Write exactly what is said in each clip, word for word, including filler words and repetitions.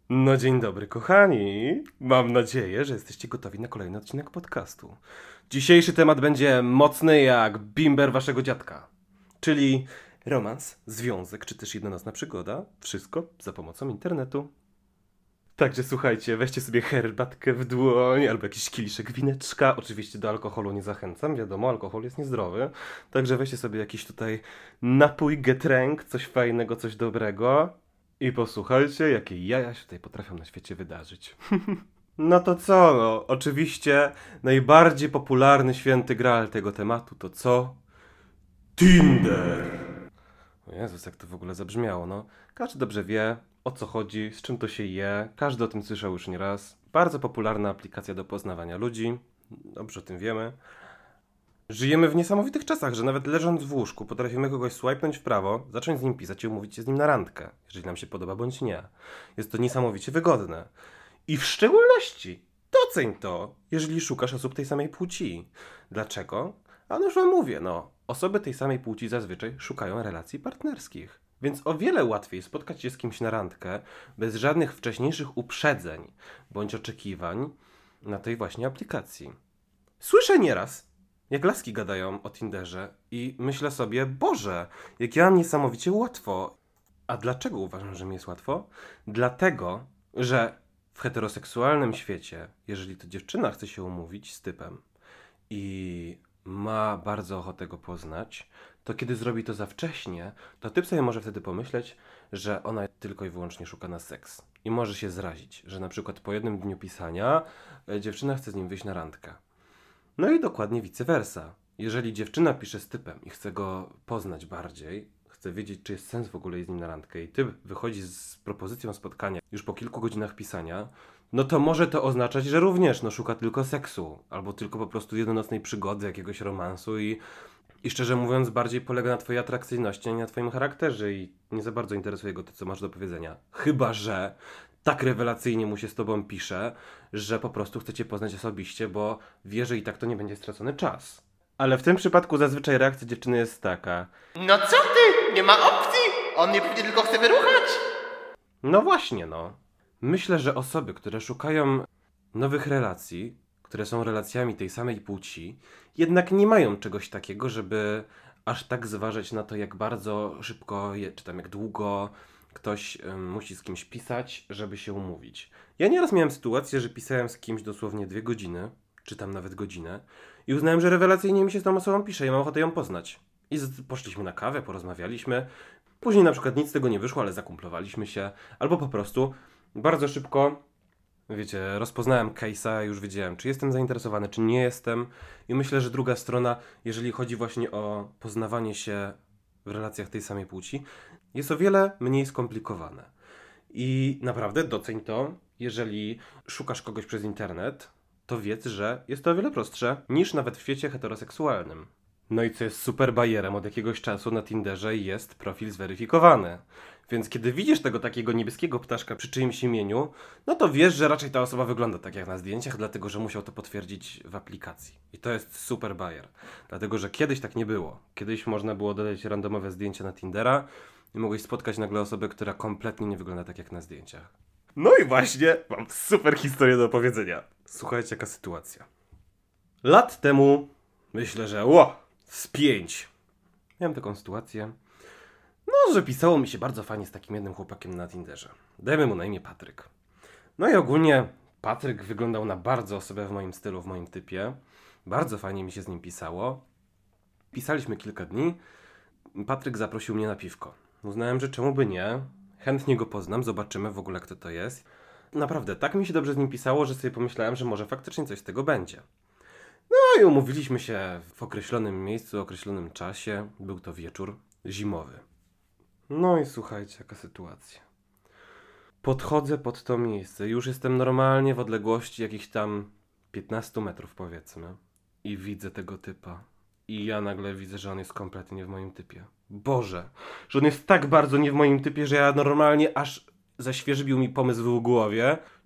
No dzień dobry kochani. Mam nadzieję, że jesteście gotowi na kolejny odcinek podcastu. Dzisiejszy temat będzie mocny jak bimber waszego dziadka. Czyli romans, związek czy też jednonocna przygoda. Wszystko za pomocą internetu. Także słuchajcie, weźcie sobie herbatkę w dłoń albo jakiś kieliszek wineczka. Oczywiście do alkoholu nie zachęcam, wiadomo, alkohol jest niezdrowy. Także weźcie sobie jakiś tutaj napój, getränk, coś fajnego, coś dobrego. I posłuchajcie, jakie jaja się tutaj potrafią na świecie wydarzyć. No to co, no, oczywiście najbardziej popularny święty graal tego tematu to co? Tinder! O Jezus, jak to w ogóle zabrzmiało, no. Każdy dobrze wie, o co chodzi, z czym to się je, każdy o tym słyszał już nieraz. Bardzo popularna aplikacja do poznawania ludzi, dobrze o tym wiemy. Żyjemy w niesamowitych czasach, że nawet leżąc w łóżku potrafimy kogoś swipnąć w prawo, zacząć z nim pisać i umówić się z nim na randkę, jeżeli nam się podoba bądź nie. Jest to niesamowicie wygodne. I w szczególności doceń to, jeżeli szukasz osób tej samej płci. Dlaczego? A no już wam mówię, no. Osoby tej samej płci zazwyczaj szukają relacji partnerskich. Więc o wiele łatwiej spotkać się z kimś na randkę bez żadnych wcześniejszych uprzedzeń bądź oczekiwań na tej właśnie aplikacji. Słyszę nieraz, jak laski gadają o Tinderze i myślę sobie, Boże, jak ja mam niesamowicie łatwo. A dlaczego uważam, że mi jest łatwo? Dlatego, że w heteroseksualnym świecie, jeżeli to dziewczyna chce się umówić z typem i ma bardzo ochotę go poznać, to kiedy zrobi to za wcześnie, to typ sobie może wtedy pomyśleć, że ona tylko i wyłącznie szuka na seks. I może się zrazić, że na przykład po jednym dniu pisania e, dziewczyna chce z nim wyjść na randkę. No i dokładnie vice versa. Jeżeli dziewczyna pisze z typem i chce go poznać bardziej, chce wiedzieć, czy jest sens w ogóle iść z nim na randkę i typ wychodzi z propozycją spotkania już po kilku godzinach pisania, no to może to oznaczać, że również no, szuka tylko seksu, albo tylko po prostu jednonocnej przygody, jakiegoś romansu i, i szczerze mówiąc bardziej polega na twojej atrakcyjności, a nie na twoim charakterze i nie za bardzo interesuje go to, co masz do powiedzenia. Chyba że tak rewelacyjnie mu się z tobą pisze, że po prostu chce cię poznać osobiście, bo wie, że i tak to nie będzie stracony czas. Ale w tym przypadku zazwyczaj reakcja dziewczyny jest taka: No co ty? Nie ma opcji! On mnie pewnie tylko chce wyruchać! no właśnie, no. Myślę, że osoby, które szukają nowych relacji, które są relacjami tej samej płci, jednak nie mają czegoś takiego, żeby aż tak zważać na to, jak bardzo szybko, je- czy tam jak długo ktoś ym, musi z kimś pisać, żeby się umówić. Ja nieraz miałem sytuację, że pisałem z kimś dosłownie dwie godziny, czy tam nawet godzinę i uznałem, że rewelacyjnie mi się z tą osobą pisze i mam ochotę ją poznać. I z- poszliśmy na kawę, porozmawialiśmy. Później na przykład nic z tego nie wyszło, ale zakumplowaliśmy się. Albo po prostu bardzo szybko, wiecie, rozpoznałem case'a, już wiedziałem, czy jestem zainteresowany, czy nie jestem. I myślę, że druga strona, jeżeli chodzi właśnie o poznawanie się w relacjach tej samej płci, jest o wiele mniej skomplikowane. I naprawdę doceń to, jeżeli szukasz kogoś przez internet, to wiedz, że jest to o wiele prostsze niż nawet w świecie heteroseksualnym. No i co jest super bajerem, od jakiegoś czasu na Tinderze jest profil zweryfikowany. Więc kiedy widzisz tego takiego niebieskiego ptaszka przy czyimś imieniu, no to wiesz, że raczej ta osoba wygląda tak jak na zdjęciach, dlatego że musiał to potwierdzić w aplikacji. I to jest super bajer. Dlatego, że kiedyś tak nie było. Kiedyś można było dodać randomowe zdjęcia na Tindera i mogłeś spotkać nagle osobę, która kompletnie nie wygląda tak jak na zdjęciach. No i właśnie mam super historię do opowiedzenia. Słuchajcie, jaka sytuacja. Lat temu, myślę, że ło, z pięć. Miałem taką sytuację, no, że pisało mi się bardzo fajnie z takim jednym chłopakiem na Tinderze. Dajmy mu na imię Patryk. No i ogólnie Patryk wyglądał na bardzo osobę w moim stylu, w moim typie. Bardzo fajnie mi się z nim pisało. Pisaliśmy kilka dni. Patryk zaprosił mnie na piwko. Uznałem, że czemu by nie. Chętnie go poznam, zobaczymy w ogóle kto to jest. Naprawdę, tak mi się dobrze z nim pisało, że sobie pomyślałem, że może faktycznie coś z tego będzie. No i umówiliśmy się w określonym miejscu, określonym czasie. Był to wieczór zimowy. No i słuchajcie, jaka sytuacja. Podchodzę pod to miejsce, już jestem normalnie w odległości jakichś tam piętnaście metrów powiedzmy. I widzę tego typa. I ja nagle widzę, że on jest kompletnie nie w moim typie. Boże, że on jest tak bardzo nie w moim typie, że ja normalnie aż zaświeżybił mi pomysł w głowie.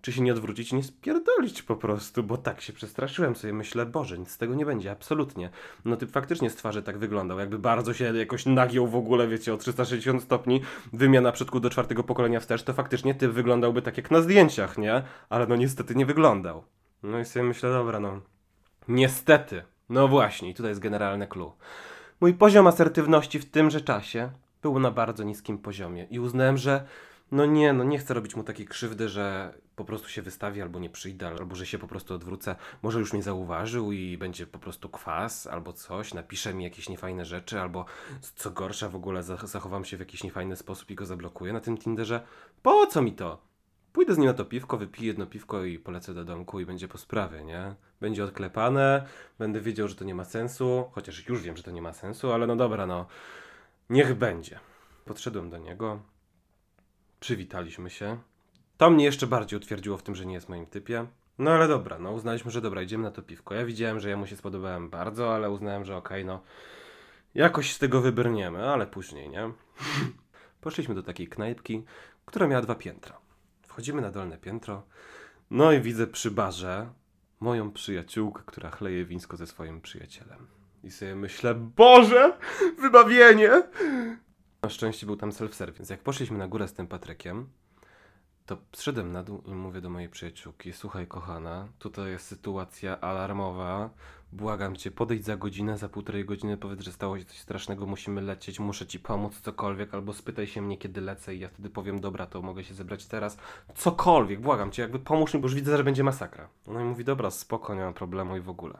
czy się nie odwrócić i nie spierdolić po prostu, bo tak się przestraszyłem sobie, myślę, Boże, nic z tego nie będzie, absolutnie. No typ faktycznie z twarzy tak wyglądał, jakby bardzo się jakoś nagiął w ogóle, wiecie, o trzysta sześćdziesiąt stopni, wymiana przodku do czwartego pokolenia wstecz, to faktycznie typ wyglądałby tak jak na zdjęciach, nie? Ale no niestety nie wyglądał. No i sobie myślę, dobra, no, niestety, no właśnie, i tutaj jest generalne clue. Mój poziom asertywności w tymże czasie był na bardzo niskim poziomie i uznałem, że no nie, no nie chcę robić mu takiej krzywdy, że po prostu się wystawi albo nie przyjdę, albo że się po prostu odwrócę. Może już mnie zauważył i będzie po prostu kwas albo coś, napisze mi jakieś niefajne rzeczy, albo co gorsza w ogóle zachowam się w jakiś niefajny sposób i go zablokuję na tym Tinderze. Po co mi to? Pójdę z nim na to piwko, wypiję jedno piwko i polecę do domku i będzie po sprawie, nie? Będzie odklepane, będę wiedział, że to nie ma sensu, chociaż już wiem, że to nie ma sensu, ale no dobra, no, niech będzie. Podszedłem do niego, przywitaliśmy się. To mnie jeszcze bardziej utwierdziło w tym, że nie jest moim typie. No ale dobra, no uznaliśmy, że dobra, idziemy na to piwko. Ja widziałem, że ja mu się spodobałem bardzo, ale uznałem, że okej, okay, no, jakoś z tego wybrniemy, ale później, nie? Poszliśmy do takiej knajpki, która miała dwa piętra. Wchodzimy na dolne piętro, no i widzę przy barze moją przyjaciółkę, która chleje wińsko ze swoim przyjacielem. I sobie myślę, Boże, wybawienie! Na szczęście był tam self-service, więc jak poszliśmy na górę z tym Patrykiem, to zszedłem na dół i mówię do mojej przyjaciółki, słuchaj kochana, tutaj jest sytuacja alarmowa, błagam cię, podejdź za godzinę, za półtorej godziny, powiedz, że stało się coś strasznego, musimy lecieć, muszę ci pomóc, cokolwiek, albo spytaj się mnie, kiedy lecę i ja wtedy powiem, dobra, to mogę się zebrać teraz, cokolwiek, błagam cię, jakby pomóż mi, bo już widzę, że będzie masakra. No i mówi, dobra, spoko, nie ma problemu i w ogóle.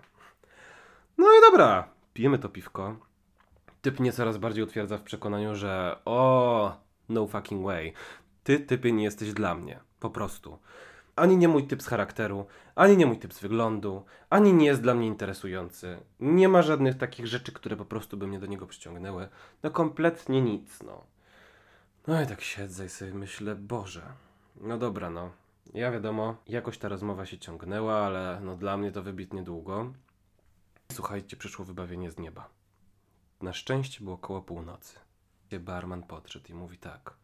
No i dobra, pijemy to piwko. Typ mnie coraz bardziej utwierdza w przekonaniu, że o, no fucking way. Ty, typie, nie jesteś dla mnie. Po prostu. Ani nie mój typ z charakteru, ani nie mój typ z wyglądu, ani nie jest dla mnie interesujący. Nie ma żadnych takich rzeczy, które po prostu by mnie do niego przyciągnęły. No kompletnie nic, no. No i tak siedzę i sobie myślę, Boże. No dobra, no. Ja wiadomo, jakoś ta rozmowa się ciągnęła, ale no dla mnie to wybitnie długo. Słuchajcie, przyszło wybawienie z nieba. Na szczęście było koło północy. Barman podszedł i mówi tak.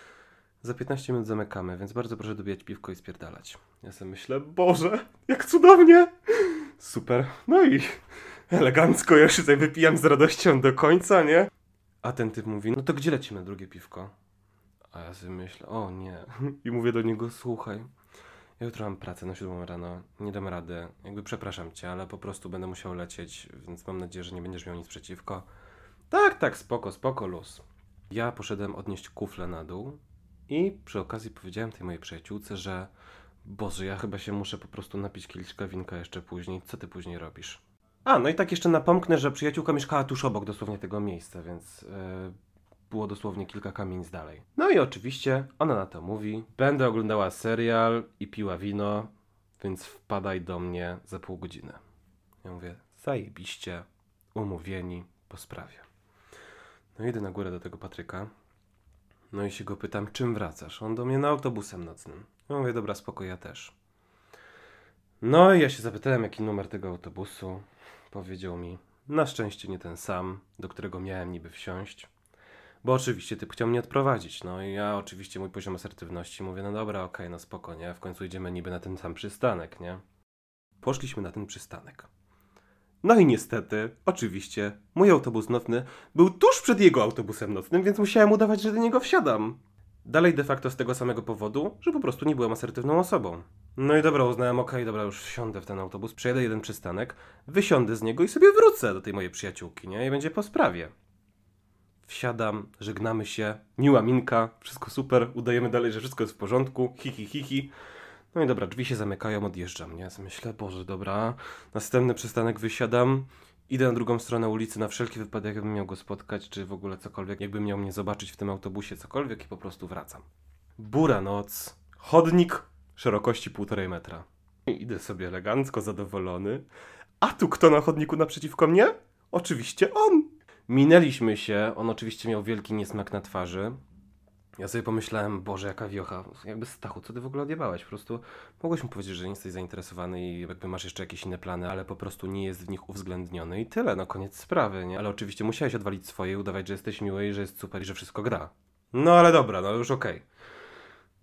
Za piętnaście minut zamykamy, więc bardzo proszę dobijać piwko i spierdalać. Ja sobie myślę, Boże, jak cudownie! Super. No i elegancko, ja się tutaj wypijam z radością do końca, nie? A ten typ mówi, no to gdzie lecimy na drugie piwko? A ja sobie myślę, o nie. I mówię do niego, słuchaj, ja jutro mam pracę na siódmą rano, nie dam rady. Jakby przepraszam cię, ale po prostu będę musiał lecieć, więc mam nadzieję, że nie będziesz miał nic przeciwko. Tak, tak, spoko, spoko, luz. Ja poszedłem odnieść kufle na dół i przy okazji powiedziałem tej mojej przyjaciółce, że Boże, ja chyba się muszę po prostu napić kieliszka winka jeszcze później. Co ty później robisz? A, no i tak jeszcze napomknę, że przyjaciółka mieszkała tuż obok dosłownie tego miejsca, więc yy, było dosłownie kilka kamienic dalej. No i oczywiście ona na to mówi, będę oglądała serial i piła wino, więc wpadaj do mnie za pół godziny. Ja mówię, zajebiście, umówieni, po sprawie. No idę na górę do tego Patryka, no i się go pytam, czym wracasz? On do mnie, na autobusem nocnym. Ja mówię, dobra, spoko, ja też. No i ja się zapytałem, jaki numer tego autobusu. Powiedział mi, na szczęście nie ten sam, do którego miałem niby wsiąść. Bo oczywiście typ chciał mnie odprowadzić. No i ja oczywiście mój poziom asertywności mówię, no dobra, okej, okay, no spoko, nie? W końcu idziemy niby na ten sam przystanek, nie? Poszliśmy na ten przystanek. No i niestety, oczywiście, mój autobus nocny był tuż przed jego autobusem nocnym, więc musiałem udawać, że do niego wsiadam. Dalej de facto z tego samego powodu, że po prostu nie byłem asertywną osobą. No i dobra, uznałem, okej, okay, dobra, już wsiądę w ten autobus, przejadę jeden przystanek, wysiądę z niego i sobie wrócę do tej mojej przyjaciółki, nie? I będzie po sprawie. Wsiadam, żegnamy się, miła minka, wszystko super, udajemy dalej, że wszystko jest w porządku, hi, hi, hi, hi. No i dobra, drzwi się zamykają, odjeżdżam, nie? Myślę, Boże, dobra, następny przystanek wysiadam, idę na drugą stronę ulicy na wszelki wypadek, jakbym miał go spotkać, czy w ogóle cokolwiek, jakbym miał mnie zobaczyć w tym autobusie, cokolwiek i po prostu wracam. Bura noc, chodnik szerokości półtorej metra. I idę sobie elegancko, zadowolony. A tu kto na chodniku naprzeciwko mnie? Oczywiście on! Minęliśmy się, on oczywiście miał wielki niesmak na twarzy. Ja sobie pomyślałem, Boże, jaka wiocha, jakby Stachu, co ty w ogóle odjebałeś? Po prostu mogłeś mu powiedzieć, że nie jesteś zainteresowany i jakby masz jeszcze jakieś inne plany, ale po prostu nie jest w nich uwzględniony i tyle, no koniec sprawy, nie? Ale oczywiście musiałeś odwalić swoje i udawać, że jesteś miły i że jest super i że wszystko gra. No ale dobra, no już okej. Okay.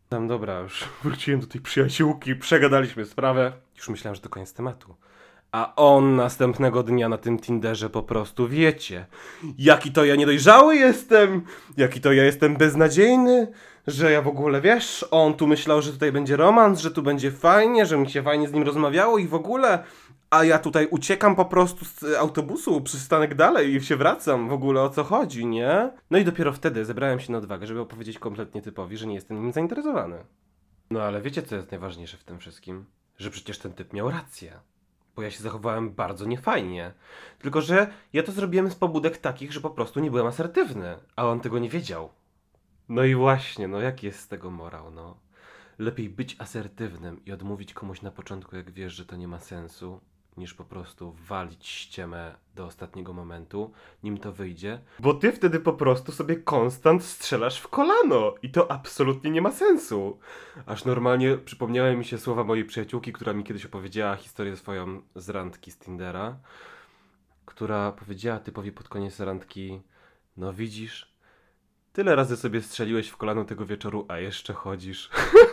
Tam dobra, już wróciłem do tej przyjaciółki, przegadaliśmy sprawę. Już myślałem, że to koniec tematu. A on następnego dnia na tym Tinderze po prostu, wiecie, jaki to ja niedojrzały jestem, jaki to ja jestem beznadziejny, że ja w ogóle, wiesz, on tu myślał, że tutaj będzie romans, że tu będzie fajnie, że mi się fajnie z nim rozmawiało i w ogóle, a ja tutaj uciekam po prostu z autobusu, przystanek dalej i się wracam, w ogóle o co chodzi, nie? No i dopiero wtedy zebrałem się na odwagę, żeby opowiedzieć kompletnie typowi, że nie jestem nim zainteresowany. No ale wiecie, co jest najważniejsze w tym wszystkim? Że przecież ten typ miał rację. Bo ja się zachowałem bardzo niefajnie. Tylko że ja to zrobiłem z pobudek takich, że po prostu nie byłem asertywny, a on tego nie wiedział. No i właśnie, no jaki jest z tego morał, no? Lepiej być asertywnym i odmówić komuś na początku, jak wiesz, że to nie ma sensu, niż po prostu walić ściemę do ostatniego momentu, nim to wyjdzie. Bo ty wtedy po prostu sobie konstant strzelasz w kolano i to absolutnie nie ma sensu. Aż normalnie przypomniały mi się słowa mojej przyjaciółki, która mi kiedyś opowiedziała historię swoją z randki z Tindera, która powiedziała typowi pod koniec randki: no widzisz, tyle razy sobie strzeliłeś w kolano tego wieczoru, a jeszcze chodzisz.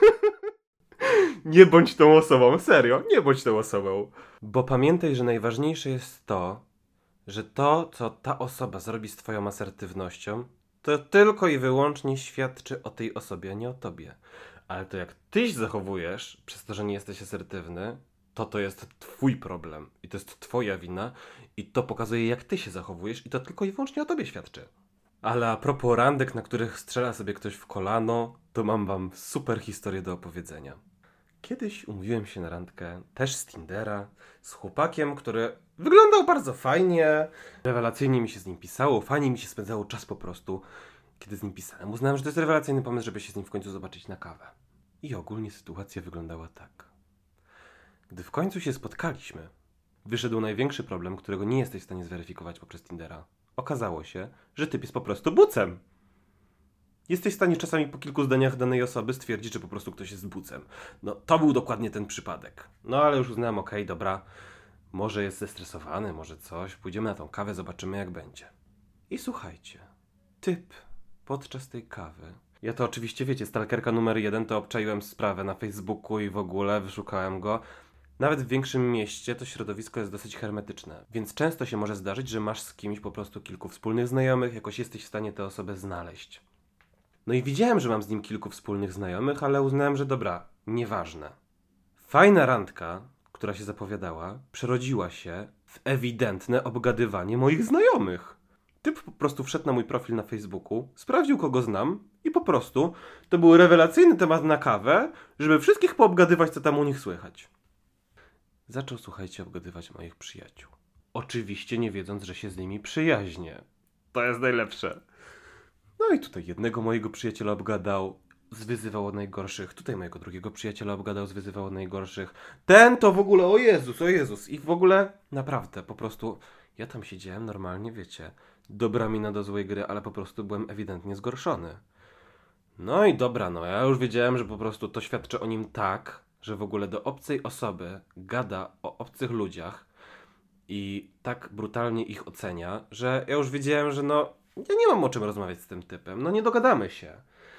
Nie bądź tą osobą, serio, nie bądź tą osobą. Bo pamiętaj, że najważniejsze jest to, że to, co ta osoba zrobi z twoją asertywnością, to tylko i wyłącznie świadczy o tej osobie, a nie o tobie. Ale to jak ty się zachowujesz, przez to, że nie jesteś asertywny, to to jest twój problem i to jest twoja wina i to pokazuje, jak ty się zachowujesz i to tylko i wyłącznie o tobie świadczy. Ale a propos randek, na których strzela sobie ktoś w kolano, to mam wam super historię do opowiedzenia. Kiedyś umówiłem się na randkę, też z Tindera, z chłopakiem, który wyglądał bardzo fajnie, rewelacyjnie mi się z nim pisało, fajnie mi się spędzało czas po prostu, kiedy z nim pisałem. Uznałem, że to jest rewelacyjny pomysł, żeby się z nim w końcu zobaczyć na kawę. I ogólnie sytuacja wyglądała tak. Gdy w końcu się spotkaliśmy, wyszedł największy problem, którego nie jesteś w stanie zweryfikować poprzez Tindera. Okazało się, że typ jest po prostu bucem. Jesteś w stanie czasami po kilku zdaniach danej osoby stwierdzić, że po prostu ktoś jest bucem. No to był dokładnie ten przypadek. No ale już uznałem, okej, okay, dobra, może jest zestresowany, może coś, pójdziemy na tą kawę, zobaczymy jak będzie. I słuchajcie, typ podczas tej kawy, ja to oczywiście wiecie, stalkerka numer jeden, to obczaiłem sprawę na Facebooku i w ogóle wyszukałem go. Nawet w większym mieście to środowisko jest dosyć hermetyczne, więc często się może zdarzyć, że masz z kimś po prostu kilku wspólnych znajomych, jakoś jesteś w stanie tę osobę znaleźć. No i widziałem, że mam z nim kilku wspólnych znajomych, ale uznałem, że dobra, nieważne. Fajna randka, która się zapowiadała, przerodziła się w ewidentne obgadywanie moich znajomych. Typ po prostu wszedł na mój profil na Facebooku, sprawdził kogo znam i po prostu to był rewelacyjny temat na kawę, żeby wszystkich poobgadywać, co tam u nich słychać. Zaczął, słuchajcie, obgadywać moich przyjaciół. Oczywiście nie wiedząc, że się z nimi przyjaźnię. To jest najlepsze. No i tutaj jednego mojego przyjaciela obgadał, zwyzywał od najgorszych. Tutaj mojego drugiego przyjaciela obgadał, zwyzywał od najgorszych. Ten to w ogóle, o Jezus, o Jezus. I w ogóle, naprawdę, po prostu, ja tam siedziałem normalnie, wiecie, dobra mina do złej gry, ale po prostu byłem ewidentnie zgorszony. No i dobra, no, ja już wiedziałem, że po prostu to świadczy o nim tak, że w ogóle do obcej osoby gada o obcych ludziach i tak brutalnie ich ocenia, że ja już wiedziałem, że no, ja nie mam o czym rozmawiać z tym typem, no nie dogadamy się.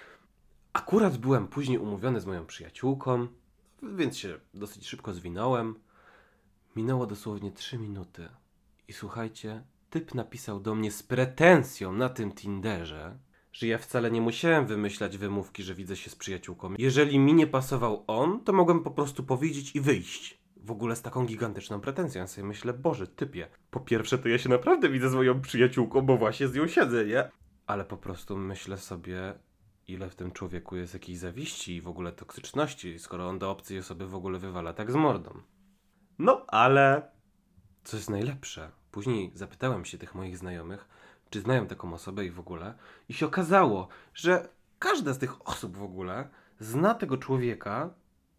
Akurat byłem później umówiony z moją przyjaciółką, więc się dosyć szybko zwinąłem. Minęło dosłownie trzy minuty i słuchajcie, typ napisał do mnie z pretensją na tym Tinderze, że ja wcale nie musiałem wymyślać wymówki, że widzę się z przyjaciółką. Jeżeli mi nie pasował on, to mogłem po prostu powiedzieć i wyjść. W ogóle z taką gigantyczną pretensją. Ja sobie myślę, Boże, typie, po pierwsze to ja się naprawdę widzę z moją przyjaciółką, bo właśnie z nią siedzę, nie? Ale po prostu myślę sobie, ile w tym człowieku jest jakiejś zawiści i w ogóle toksyczności, skoro on do obcej osoby w ogóle wywala tak z mordą. No, ale co jest najlepsze, później zapytałem się tych moich znajomych, czy znają taką osobę i w ogóle, i się okazało, że każda z tych osób w ogóle zna tego człowieka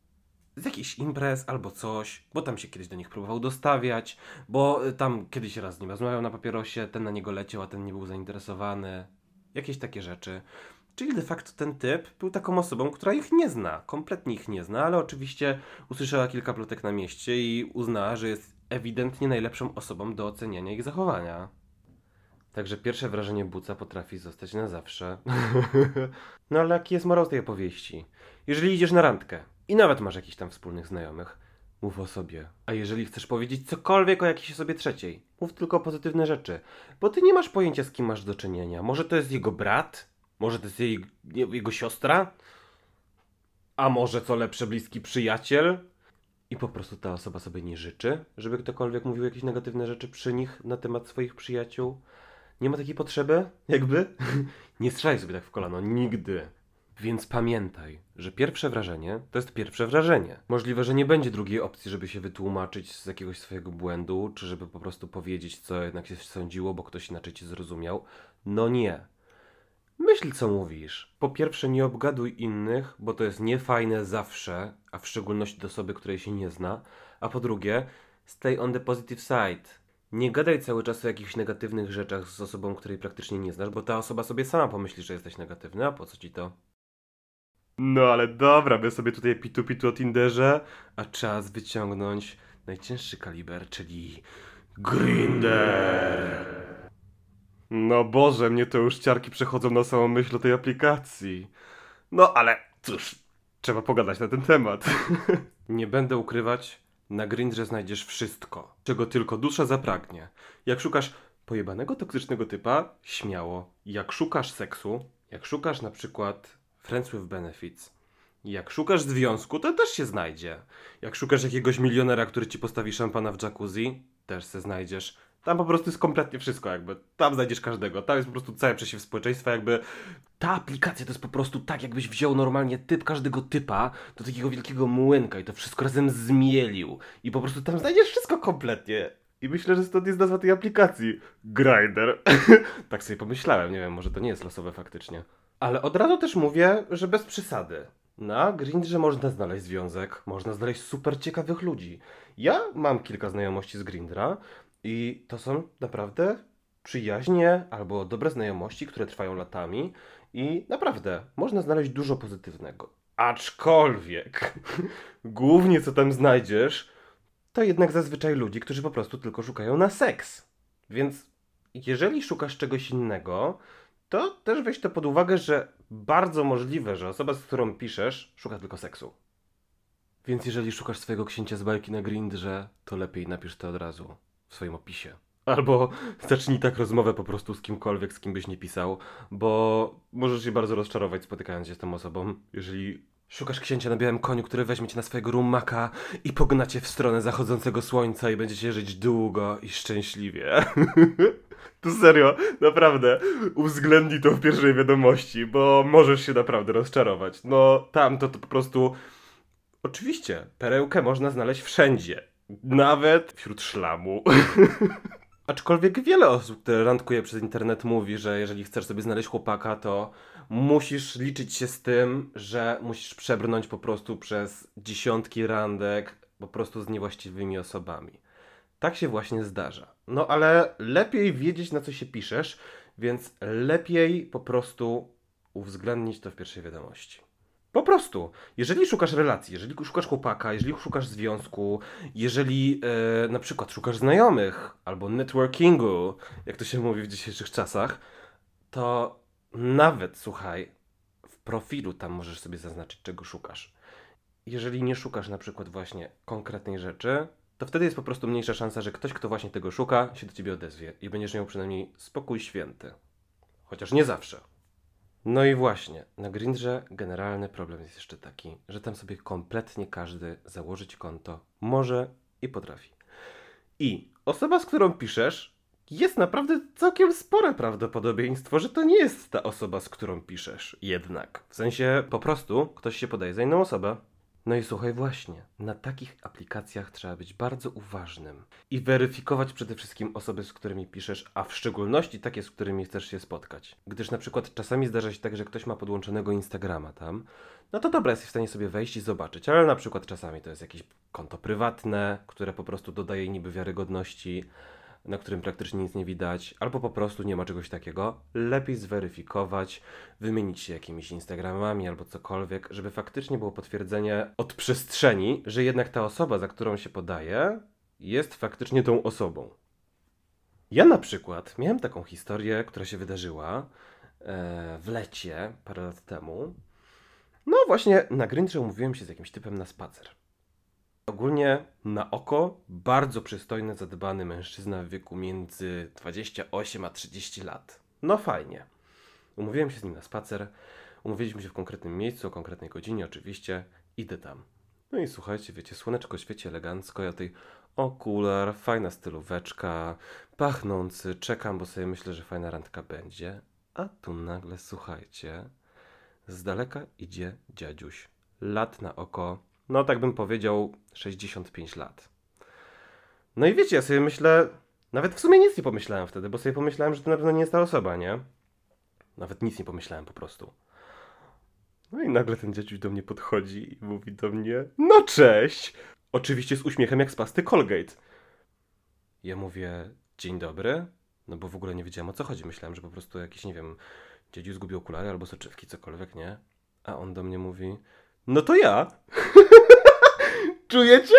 z jakichś imprez albo coś, bo tam się kiedyś do nich próbował dostawiać, bo tam kiedyś raz z nim rozmawiał na papierosie, ten na niego leciał, a ten nie był zainteresowany. Jakieś takie rzeczy. Czyli de facto ten typ był taką osobą, która ich nie zna, kompletnie ich nie zna, ale oczywiście usłyszała kilka plotek na mieście i uznała, że jest ewidentnie najlepszą osobą do oceniania ich zachowania. Także pierwsze wrażenie buca potrafi zostać na zawsze. No ale jaki jest morał tej opowieści? Jeżeli idziesz na randkę i nawet masz jakichś tam wspólnych znajomych, mów o sobie. A jeżeli chcesz powiedzieć cokolwiek o jakiejś osobie trzeciej, mów tylko pozytywne rzeczy. Bo ty nie masz pojęcia, z kim masz do czynienia. Może to jest jego brat? Może to jest jej, jego siostra? A może co lepsze, bliski przyjaciel? I po prostu ta osoba sobie nie życzy, żeby ktokolwiek mówił jakieś negatywne rzeczy przy nich na temat swoich przyjaciół. Nie ma takiej potrzeby? Jakby? Nie strzelaj sobie tak w kolano. Nigdy. Więc pamiętaj, że pierwsze wrażenie to jest pierwsze wrażenie. Możliwe, że nie będzie drugiej opcji, żeby się wytłumaczyć z jakiegoś swojego błędu, czy żeby po prostu powiedzieć, co jednak się sądziło, bo ktoś inaczej cię zrozumiał. No nie. Myśl, co mówisz. Po pierwsze, nie obgaduj innych, bo to jest niefajne zawsze, a w szczególności do osoby, której się nie zna. A po drugie, stay on the positive side. Nie gadaj cały czas o jakichś negatywnych rzeczach z osobą, której praktycznie nie znasz, bo ta osoba sobie sama pomyśli, że jesteś negatywny, a po co ci to? No ale dobra, my sobie tutaj pitu-pitu o Tinderze, a czas wyciągnąć najcięższy kaliber, czyli Grindr. No Boże, mnie to już ciarki przechodzą na samą myśl o tej aplikacji. No ale cóż, trzeba pogadać na ten temat. Nie będę ukrywać, na Grindrze znajdziesz wszystko, czego tylko dusza zapragnie. Jak szukasz pojebanego toksycznego typa, śmiało. Jak szukasz seksu, jak szukasz na przykład friends with benefits, jak szukasz związku, to też się znajdzie. Jak szukasz jakiegoś milionera, który ci postawi szampana w jacuzzi, też se znajdziesz. Tam po prostu jest kompletnie wszystko jakby. Tam znajdziesz każdego. Tam jest po prostu całe przesiew społeczeństwa jakby. Ta aplikacja to jest po prostu tak, jakbyś wziął normalnie typ każdego typa do takiego wielkiego młynka i to wszystko razem zmielił. I po prostu tam znajdziesz wszystko kompletnie. I myślę, że stąd jest nazwa tej aplikacji. Grindr. Tak sobie pomyślałem. Nie wiem, może to nie jest losowe faktycznie. Ale od razu też mówię, że bez przesady. Na Grindrze można znaleźć związek, można znaleźć super ciekawych ludzi. Ja mam kilka znajomości z Grindra i to są naprawdę przyjaźnie albo dobre znajomości, które trwają latami i naprawdę można znaleźć dużo pozytywnego. Aczkolwiek głównie co tam znajdziesz, to jednak zazwyczaj ludzi, którzy po prostu tylko szukają na seks. Więc jeżeli szukasz czegoś innego, to też weź to pod uwagę, że bardzo możliwe, że osoba, z którą piszesz, szuka tylko seksu. Więc jeżeli szukasz swojego księcia z bajki na Grindrze, to lepiej napisz to od razu w swoim opisie. Albo zacznij tak rozmowę po prostu z kimkolwiek, z kim byś nie pisał, bo możesz się bardzo rozczarować spotykając się z tą osobą, jeżeli szukasz księcia na białym koniu, który weźmie cię na swojego rumaka i pogna cię w stronę zachodzącego słońca i będziecie żyć długo i szczęśliwie. To serio, naprawdę, uwzględnij to w pierwszej wiadomości, bo możesz się naprawdę rozczarować. No, tam to, to po prostu... Oczywiście, perełkę można znaleźć wszędzie. Nawet wśród szlamu. Aczkolwiek wiele osób, które randkuje przez internet, mówi, że jeżeli chcesz sobie znaleźć chłopaka, to musisz liczyć się z tym, że musisz przebrnąć po prostu przez dziesiątki randek po prostu z niewłaściwymi osobami. Tak się właśnie zdarza. No ale lepiej wiedzieć, na co się piszesz, więc lepiej po prostu uwzględnić to w pierwszej wiadomości. Po prostu, jeżeli szukasz relacji, jeżeli szukasz chłopaka, jeżeli szukasz związku, jeżeli e, na przykład szukasz znajomych albo networkingu, jak to się mówi w dzisiejszych czasach, to nawet, słuchaj, w profilu tam możesz sobie zaznaczyć, czego szukasz. Jeżeli nie szukasz na przykład właśnie konkretnej rzeczy, to wtedy jest po prostu mniejsza szansa, że ktoś, kto właśnie tego szuka, się do ciebie odezwie i będziesz miał przynajmniej spokój święty. Chociaż nie zawsze. No i właśnie, na Grindrze generalny problem jest jeszcze taki, że tam sobie kompletnie każdy założyć konto może i potrafi. I osoba, z którą piszesz, jest naprawdę całkiem spore prawdopodobieństwo, że to nie jest ta osoba, z którą piszesz jednak. W sensie po prostu ktoś się podaje za inną osobę. No i słuchaj właśnie, na takich aplikacjach trzeba być bardzo uważnym i weryfikować przede wszystkim osoby, z którymi piszesz, a w szczególności takie, z którymi chcesz się spotkać. Gdyż na przykład czasami zdarza się tak, że ktoś ma podłączonego Instagrama tam, no to dobra, jesteś w stanie sobie wejść i zobaczyć, ale na przykład czasami to jest jakieś konto prywatne, które po prostu dodaje niby wiarygodności, na którym praktycznie nic nie widać, albo po prostu nie ma czegoś takiego, lepiej zweryfikować, wymienić się jakimiś Instagramami albo cokolwiek, żeby faktycznie było potwierdzenie od przestrzeni, że jednak ta osoba, za którą się podaje, jest faktycznie tą osobą. Ja na przykład miałem taką historię, która się wydarzyła e, w lecie parę lat temu. No właśnie na Grindrze umówiłem się z jakimś typem na spacer. Ogólnie na oko bardzo przystojny, zadbany mężczyzna w wieku między dwadzieścia osiem a trzydzieści lat. No fajnie. Umówiłem się z nim na spacer. Umówiliśmy się w konkretnym miejscu, o konkretnej godzinie oczywiście. Idę tam. No i słuchajcie, wiecie, słoneczko świeci elegancko, ja tej okular, fajna stylóweczka, pachnący, czekam, bo sobie myślę, że fajna randka będzie. A tu nagle, słuchajcie, z daleka idzie dziadziuś. Lat na oko, no tak bym powiedział, sześćdziesiąt pięć lat. No i wiecie, ja sobie myślę, nawet w sumie nic nie pomyślałem wtedy, bo sobie pomyślałem, że to na pewno nie jest ta osoba, nie? Nawet nic nie pomyślałem po prostu. No i nagle ten dziadziuś do mnie podchodzi i mówi do mnie: no cześć! Oczywiście z uśmiechem jak z pasty Colgate. Ja mówię: dzień dobry. No bo w ogóle nie wiedziałem, o co chodzi. Myślałem, że po prostu jakiś, nie wiem, dziedziuś zgubił okulary albo soczewki, cokolwiek, nie? A on do mnie mówi: no to ja. Czujecie?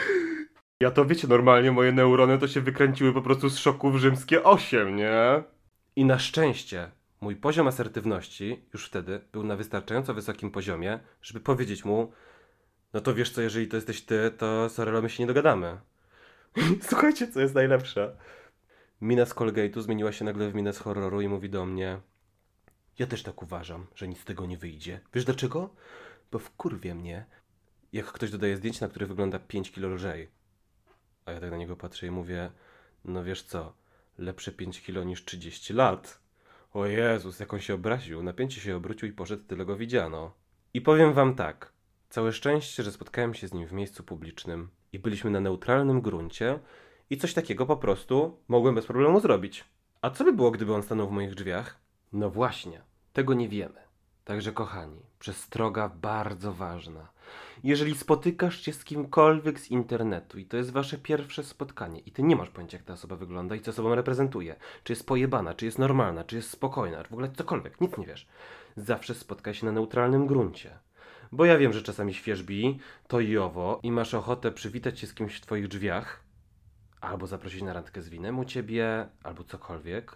Ja to wiecie, normalnie moje neurony to się wykręciły po prostu z szoku w rzymskie osiem, nie? I na szczęście mój poziom asertywności już wtedy był na wystarczająco wysokim poziomie, żeby powiedzieć mu: no to wiesz co, jeżeli to jesteś ty, to sorry, ale my się nie dogadamy. Słuchajcie, co jest najlepsze. Mina z Colgate'u zmieniła się nagle w minę z horroru i mówi do mnie: ja też tak uważam, że nic z tego nie wyjdzie. Wiesz dlaczego? Bo wkurwie mnie, jak ktoś dodaje zdjęć, na których wygląda pięć kilo lżej. A ja tak na niego patrzę i mówię: no wiesz co, lepsze pięć kilo niż trzydzieści lat. O Jezus, jak on się obraził. Napięcie się obrócił i poszedł, tyle go widziano. I powiem wam tak. Całe szczęście, że spotkałem się z nim w miejscu publicznym i byliśmy na neutralnym gruncie i coś takiego po prostu mogłem bez problemu zrobić. A co by było, gdyby on stanął w moich drzwiach? No właśnie, tego nie wiemy. Także kochani, przestroga bardzo ważna. Jeżeli spotykasz się z kimkolwiek z internetu i to jest wasze pierwsze spotkanie i ty nie masz pojęcia, jak ta osoba wygląda i co sobą reprezentuje, czy jest pojebana, czy jest normalna, czy jest spokojna, w ogóle cokolwiek, nic nie wiesz, zawsze spotkaj się na neutralnym gruncie. Bo ja wiem, że czasami świerzbi to i owo i masz ochotę przywitać się z kimś w twoich drzwiach, albo zaprosić na randkę z winem u ciebie, albo cokolwiek.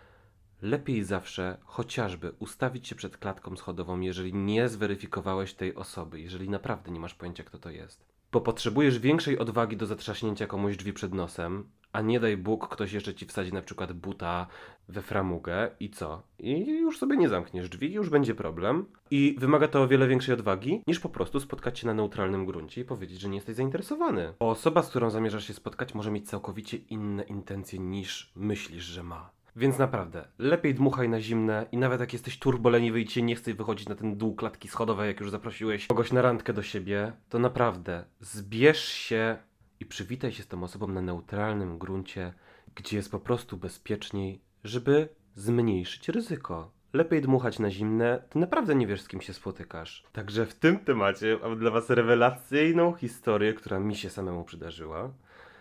Lepiej zawsze chociażby ustawić się przed klatką schodową, jeżeli nie zweryfikowałeś tej osoby, jeżeli naprawdę nie masz pojęcia, kto to jest. Bo potrzebujesz większej odwagi do zatrzaśnięcia komuś drzwi przed nosem, a nie daj Bóg, ktoś jeszcze ci wsadzi na przykład buta we framugę i co? I już sobie nie zamkniesz drzwi, już będzie problem. I wymaga to o wiele większej odwagi, niż po prostu spotkać się na neutralnym gruncie i powiedzieć, że nie jesteś zainteresowany. Bo osoba, z którą zamierzasz się spotkać, może mieć całkowicie inne intencje niż myślisz, że ma. Więc naprawdę, lepiej dmuchaj na zimne i nawet jak jesteś turboleniwy i ci nie chce wychodzić na ten dół klatki schodowej, jak już zaprosiłeś kogoś na randkę do siebie, to naprawdę zbierz się i przywitaj się z tą osobą na neutralnym gruncie, gdzie jest po prostu bezpieczniej, żeby zmniejszyć ryzyko. Lepiej dmuchać na zimne, ty naprawdę nie wiesz, z kim się spotykasz. Także w tym temacie mam dla was rewelacyjną historię, która mi się samemu przydarzyła.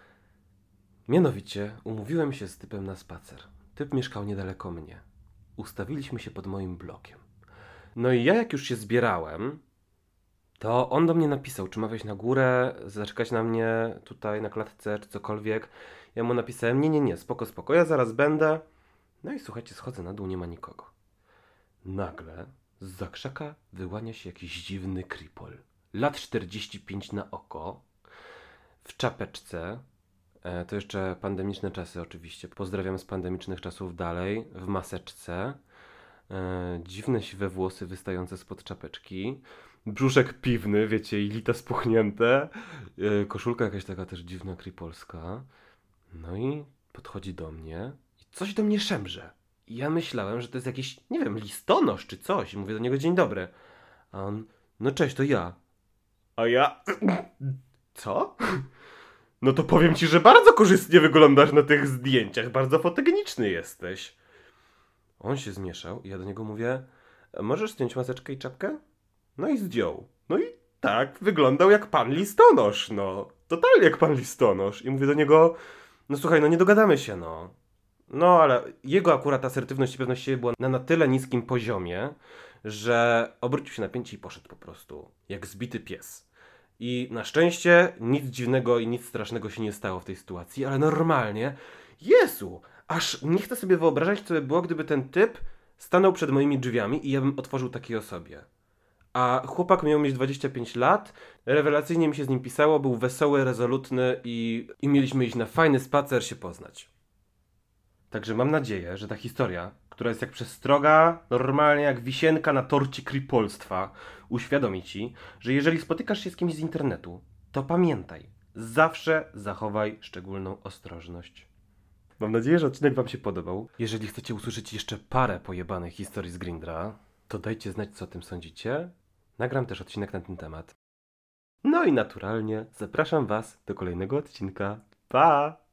Mianowicie umówiłem się z typem na spacer. Typ mieszkał niedaleko mnie. Ustawiliśmy się pod moim blokiem. No i ja jak już się zbierałem, to on do mnie napisał, czy ma wejść na górę, zaczekać na mnie tutaj na klatce, czy cokolwiek. Ja mu napisałem: nie, nie, nie, spoko, spoko, ja zaraz będę. No i słuchajcie, schodzę na dół, nie ma nikogo. Nagle zza krzaka wyłania się jakiś dziwny kripol. Lat czterdzieści pięć na oko, w czapeczce. To jeszcze pandemiczne czasy oczywiście. Pozdrawiam z pandemicznych czasów dalej. W maseczce. E, dziwne siwe włosy wystające spod czapeczki. Brzuszek piwny, wiecie, i lita spuchnięte. E, koszulka jakaś taka też dziwna, kripolska. No i podchodzi do mnie i coś do mnie szemrze. I ja myślałem, że to jest jakiś, nie wiem, listonosz czy coś. I mówię do niego: dzień dobry. A on: no cześć, to ja. A ja... co? No to powiem ci, że bardzo korzystnie wyglądasz na tych zdjęciach, bardzo fotogeniczny jesteś. On się zmieszał i ja do niego mówię: możesz zdjąć maseczkę i czapkę? No i zdjął. No i tak, wyglądał jak pan listonosz, no. Totalnie jak pan listonosz. I mówię do niego: no słuchaj, no nie dogadamy się, no. No ale jego akurat asertywność i pewność siebie była na, na tyle niskim poziomie, że obrócił się na pięcie i poszedł po prostu, jak zbity pies. I na szczęście nic dziwnego i nic strasznego się nie stało w tej sytuacji, ale normalnie, Jezu, Aż nie chcę sobie wyobrażać, co by było, gdyby ten typ stanął przed moimi drzwiami i ja bym otworzył takiej osobie. A chłopak miał mieć dwadzieścia pięć lat, rewelacyjnie mi się z nim pisało, był wesoły, rezolutny i, i mieliśmy iść na fajny spacer się poznać. Także mam nadzieję, że ta historia, która jest jak przestroga, normalnie jak wisienka na torcie kripolstwa, uświadomi ci, że jeżeli spotykasz się z kimś z internetu, to pamiętaj, zawsze zachowaj szczególną ostrożność. Mam nadzieję, że odcinek wam się podobał. Jeżeli chcecie usłyszeć jeszcze parę pojebanych historii z Grindra, to dajcie znać, co o tym sądzicie. Nagram też odcinek na ten temat. No i naturalnie zapraszam was do kolejnego odcinka. Pa!